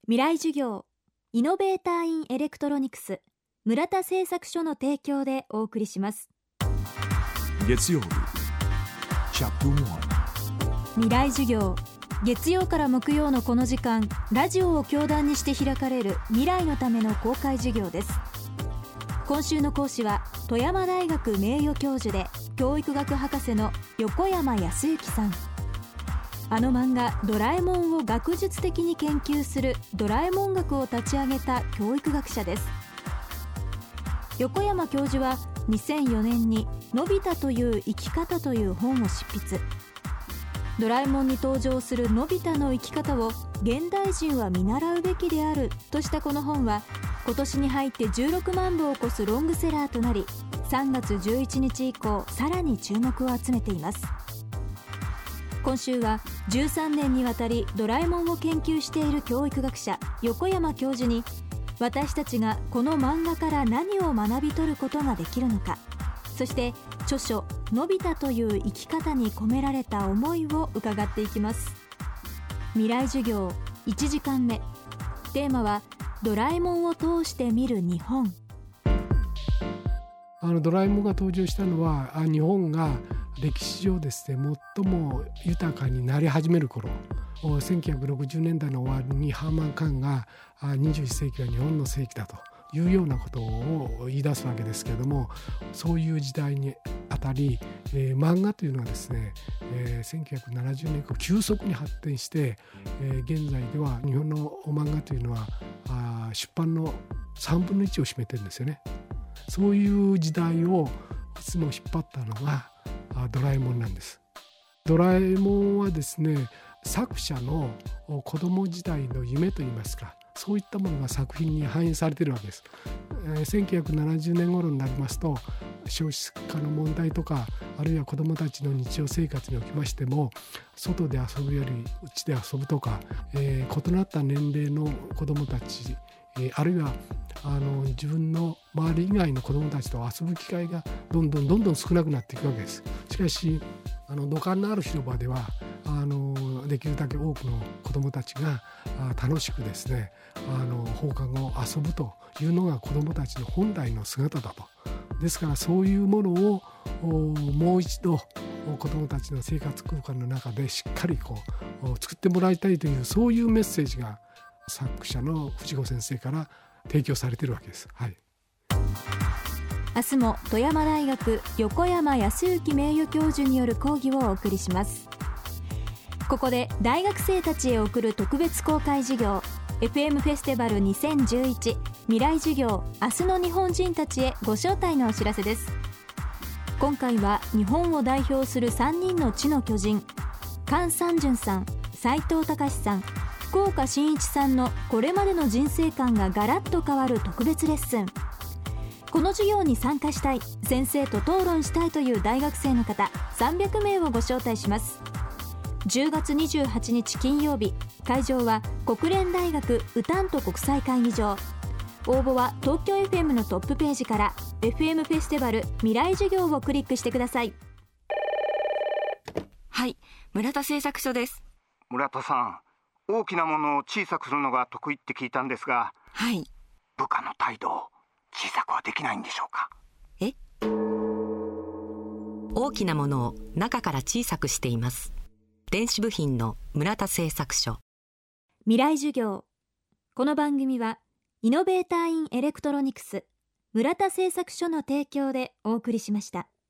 未来授業イノベーターインエレクトロニクス村田製作所の提供でお送りします。 月曜日チャプター1 未来授業、月曜から木曜のこの時間、ラジオを教壇にして開かれる未来のための公開授業です。今週の講師は富山大学名誉教授で教育学博士の横山康之さん。あの漫画ドラえもんを学術的に研究するドラえもん学を立ち上げた教育学者です。横山教授は2004年にのび太という生き方という本を執筆。ドラえもんに登場するのび太の生き方を現代人は見習うべきであるとしたこの本は、今年に入って16万部を超すロングセラーとなり、3月11日以降さらに注目を集めています。今週は13年にわたりドラえもんを研究している教育学者横山教授に、私たちがこの漫画から何を学び取ることができるのか、そして著書のび太という生き方に込められた思いを伺っていきます。未来授業1時間目、テーマはドラえもんを通して見る日本。 ドラえもんが登場したのは日本が歴史上ですね最も豊かになり始める頃、1960年代の終わりにハーマン・カンが21世紀は日本の世紀だというようなことを言い出すわけですけれども、そういう時代にあたり、漫画というのはですね、1970年以降急速に発展して、現在では日本の漫画というのは出版の3分の1を占めてるんですよね。そういう時代をいつも引っ張ったのがドラえもんなんです。ドラえもんはですね、作者の子供時代の夢といいますか、そういったものが作品に反映されているわけです。1970年頃になりますと、少子化の問題とか、あるいは子どもたちの日常生活におきましても、外で遊ぶより家で遊ぶとか、異なった年齢の子どもたち、あるいは自分の周り以外の子どもたちと遊ぶ機会がどんどん少なくなっていくわけです。しかし土管のある広場ではできるだけ多くの子どもたちが楽しくですね放課後遊ぶというのが子どもたちの本来の姿だと。ですからそういうものをもう一度子どもたちの生活空間の中でしっかり作ってもらいたいという、そういうメッセージが作者の藤子先生から提供されているわけです。はい、 明日も富山大学横山康之名誉教授による講義をお送りします。ここで大学生たちへ送る特別公開授業 FM フェスティバル2011未来授業明日の日本人たちへご招待のお知らせです。今回は日本を代表する3人の知の巨人、菅三淳さん、斉藤隆さん、福岡伸一さんのこれまでの人生観がガラッと変わる特別レッスン。この授業に参加したい、先生と討論したいという大学生の方300名をご招待します。10月28日金曜日、会場は国連大学ウタント国際会議場。応募は東京 FM のトップページから FM フェスティバル未来授業をクリックしてください。 はい、村田製作所です。 村田さん、大きなものを小さくするのが得意って聞いたんですが、 はい。 部下の態度を小さくはできないんでしょうか？ 大きなものを中から小さくしています。電子部品の村田製作所。 未来授業、この番組はイノベーターインエレクトロニクス村田製作所の提供でお送りしました。